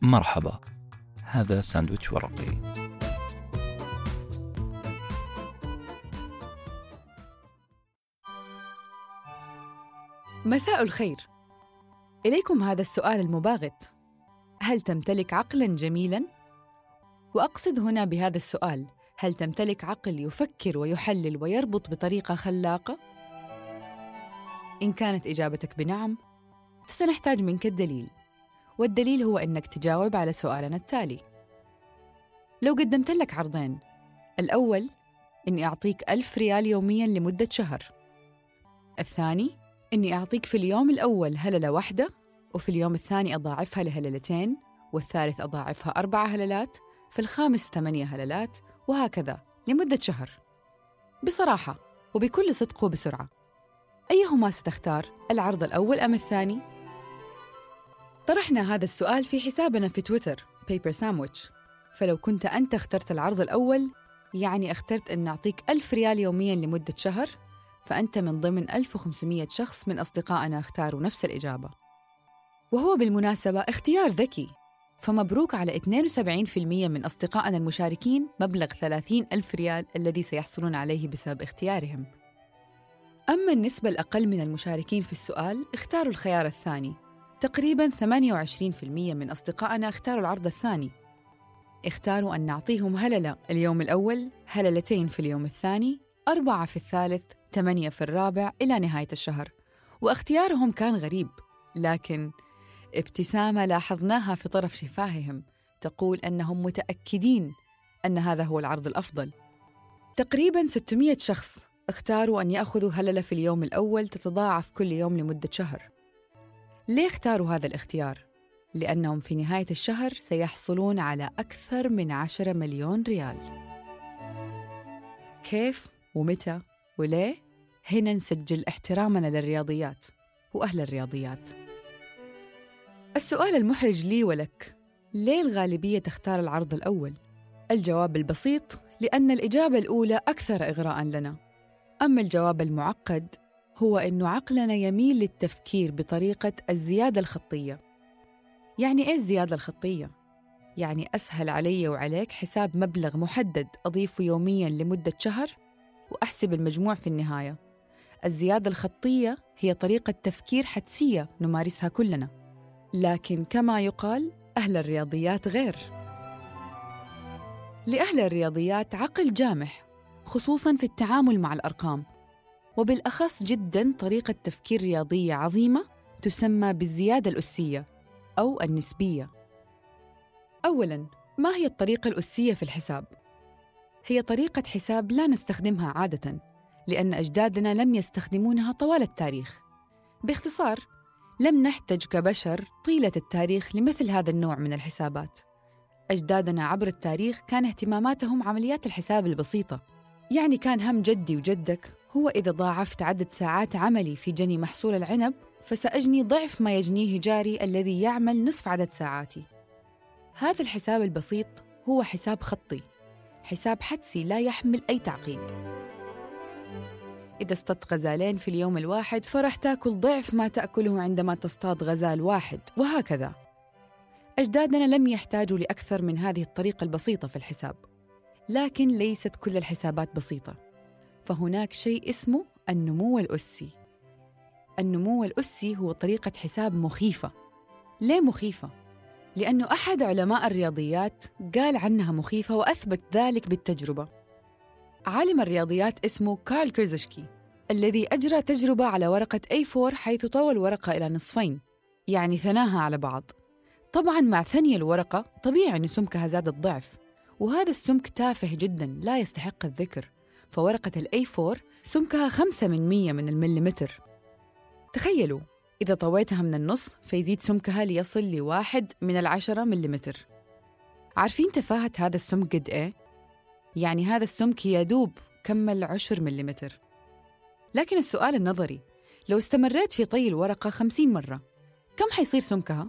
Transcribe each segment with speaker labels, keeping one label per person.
Speaker 1: مرحبا، هذا ساندويتش ورقي.
Speaker 2: مساء الخير. إليكم هذا السؤال المباغت: هل تمتلك عقلاً جميلاً؟ وأقصد هنا بهذا السؤال: هل تمتلك عقل يفكر ويحلل ويربط بطريقة خلاقة؟ إن كانت إجابتك بنعم، فسنحتاج منك الدليل، والدليل هو أنك تجاوب على سؤالنا التالي. لو قدمت لك عرضين، الأول إني أعطيك 1000 ريال يومياً لمدة شهر، الثاني إني أعطيك في اليوم الأول هللة واحدة، وفي اليوم الثاني أضاعفها لهللتين، والثالث أضاعفها 4 هللات، في الخامس 8 هللات، وهكذا لمدة شهر. بصراحة وبكل صدق وبسرعة، أيهما ستختار، العرض الأول أم الثاني؟ طرحنا هذا السؤال في حسابنا في تويتر بيبر ساندويتش، فلو كنت أنت اخترت العرض الأول، يعني اخترت أن نعطيك 1000 ريال يومياً لمدة شهر، فأنت من ضمن 1500 شخص من أصدقائنا اختاروا نفس الإجابة. وهو بالمناسبة اختيار ذكي، فمبروك على 72% من أصدقائنا المشاركين مبلغ 30,000 ريال الذي سيحصلون عليه بسبب اختيارهم. أما النسبة الأقل من المشاركين في السؤال اختاروا الخيار الثاني، تقريباً 28% من أصدقائنا اختاروا العرض الثاني. اختاروا أن نعطيهم هللة اليوم الأول، هللتين في اليوم الثاني، 4 في الثالث، 8 في الرابع إلى نهاية الشهر. واختيارهم كان غريب، لكن ابتسامة لاحظناها في طرف شفاههم تقول أنهم متأكدين أن هذا هو العرض الأفضل. تقريباً 600 شخص اختاروا أن يأخذوا هللة في اليوم الأول تتضاعف كل يوم لمدة شهر. ليه اختاروا هذا الاختيار؟ لأنهم في نهاية الشهر سيحصلون على أكثر من 10 مليون ريال. كيف ومتى وليه؟ هنا نسجل احترامنا للرياضيات وأهل الرياضيات. السؤال المحرج لي ولك: ليه الغالبية تختار العرض الأول؟ الجواب البسيط: لأن الإجابة الأولى أكثر إغراءً لنا. أما الجواب المعقد هو أن عقلنا يميل للتفكير بطريقة الزيادة الخطية. يعني إيه الزيادة الخطية؟ يعني أسهل علي وعليك حساب مبلغ محدد أضيفه يومياً لمدة شهر وأحسب المجموع في النهاية. الزيادة الخطية هي طريقة تفكير حدسية نمارسها كلنا، لكن كما يقال أهل الرياضيات غير. لأهل الرياضيات عقل جامح، خصوصاً في التعامل مع الأرقام، وبالأخص جداً طريقة تفكير رياضية عظيمة تسمى بالزيادة الأسية أو النسبية. أولاً، ما هي الطريقة الأسية في الحساب؟ هي طريقة حساب لا نستخدمها عادة، لأن أجدادنا لم يستخدمونها طوال التاريخ. باختصار، لم نحتج كبشر طيلة التاريخ لمثل هذا النوع من الحسابات. أجدادنا عبر التاريخ كان اهتماماتهم عمليات الحساب البسيطة، يعني كان هم جدي وجدك هو إذا ضاعفت عدد ساعات عملي في جني محصول العنب فسأجني ضعف ما يجنيه جاري الذي يعمل نصف عدد ساعاتي. هذا الحساب البسيط هو حساب خطي، حساب حدسي لا يحمل أي تعقيد. إذا اصطدت غزالين في اليوم الواحد فرح تأكل ضعف ما تأكله عندما تصطاد غزال واحد، وهكذا. أجدادنا لم يحتاجوا لأكثر من هذه الطريقة البسيطة في الحساب. لكن ليست كل الحسابات بسيطة، فهناك شيء اسمه النمو الأسي. النمو الأسي هو طريقة حساب مخيفة. ليه مخيفة؟ لأنه أحد علماء الرياضيات قال عنها مخيفة وأثبت ذلك بالتجربة. عالم الرياضيات اسمه كارل كيرزشكي، الذي أجرى تجربة على ورقة A4 حيث طوى الورقة إلى نصفين، يعني ثناها على بعض. طبعاً مع ثني الورقة طبيعي أن سمكها زاد الضعف، وهذا السمك تافه جداً لا يستحق الذكر، فورقة A4 سمكها 5/100 من المليمتر. تخيلوا إذا طويتها من النص فيزيد سمكها ليصل ل1/10 مليمتر. عارفين تفاهة هذا السمك قد إيه؟ يعني هذا السمك يدوب كمل 10 مليمتر. لكن السؤال النظري: لو استمريت في طي الورقة 50 مرة كم حيصير سمكها؟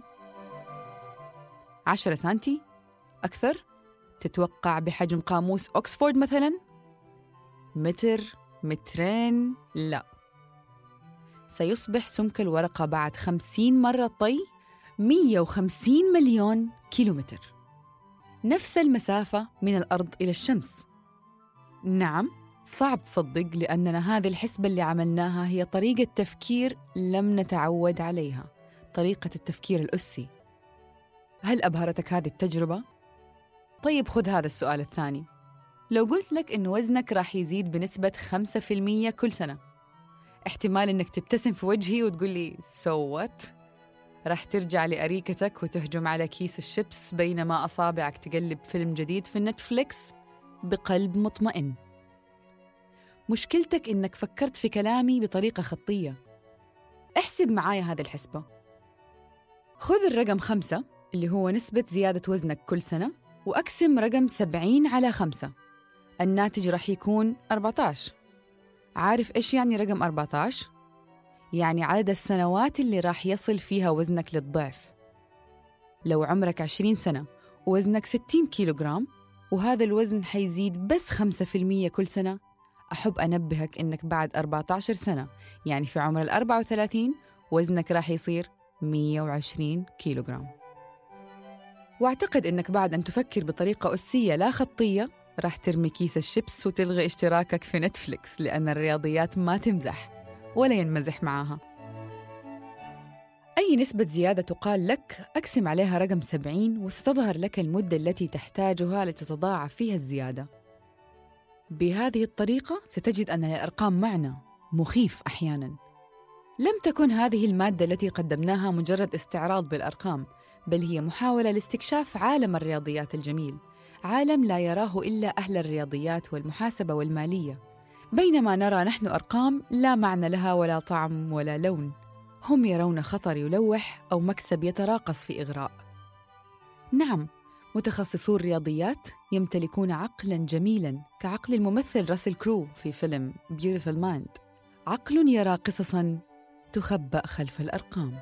Speaker 2: 10 سنتي؟ أكثر؟ تتوقع بحجم قاموس أكسفورد مثلاً؟ متر؟ مترين؟ لا، سيصبح سمك الورقة بعد 50 مرة طي 150 مليون كيلومتر، نفس المسافة من الأرض إلى الشمس. نعم، صعب تصدق لأننا هذه الحسبة اللي عملناها هي طريقة تفكير لم نتعود عليها، طريقة التفكير الأسي. هل أبهرتك هذه التجربة؟ طيب خذ هذا السؤال الثاني. لو قلت لك إن وزنك راح يزيد بنسبة 5% كل سنة، احتمال إنك تبتسم في وجهي وتقول لي so what؟ راح ترجع لأريكتك وتهجم على كيس الشيبس بينما أصابعك تقلب فيلم جديد في نتفليكس بقلب مطمئن. مشكلتك إنك فكرت في كلامي بطريقة خطية. احسب معايا هذه الحسبة. خذ الرقم 5 اللي هو نسبة زيادة وزنك كل سنة، وأقسم رقم 70 على 5، الناتج راح يكون 14. عارف إيش يعني رقم 14؟ يعني عدد السنوات اللي راح يصل فيها وزنك للضعف. لو عمرك 20 سنة ووزنك 60 كيلوغرام وهذا الوزن حيزيد بس 5% كل سنة، أحب أنبهك إنك بعد 14 سنة، يعني في عمر 34، وزنك راح يصير 120 كيلوغرام. وأعتقد إنك بعد أن تفكر بطريقة أسية لا خطية راح ترمي كيس الشيبس وتلغي اشتراكك في نتفليكس، لأن الرياضيات ما تمزح ولا ينمزح معاها. أي نسبة زيادة تقال لك أقسم عليها رقم 70 وستظهر لك المدة التي تحتاجها لتتضاعف فيها الزيادة. بهذه الطريقة ستجد أن الأرقام معنى مخيف أحياناً. لم تكن هذه المادة التي قدمناها مجرد استعراض بالأرقام، بل هي محاولة لاستكشاف عالم الرياضيات الجميل، عالم لا يراه إلا أهل الرياضيات والمحاسبة والمالية. بينما نرى نحن أرقام لا معنى لها ولا طعم ولا لون، هم يرون خطر يلوح أو مكسب يتراقص في إغراء. نعم، متخصصو الرياضيات يمتلكون عقلاً جميلاً كعقل الممثل راسل كرو في فيلم Beautiful Mind، عقل يرى قصصاً تخبأ خلف الأرقام.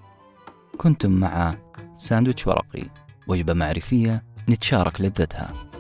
Speaker 1: كنتم مع ساندويتش ورقي، وجبة معرفية نتشارك لذتها.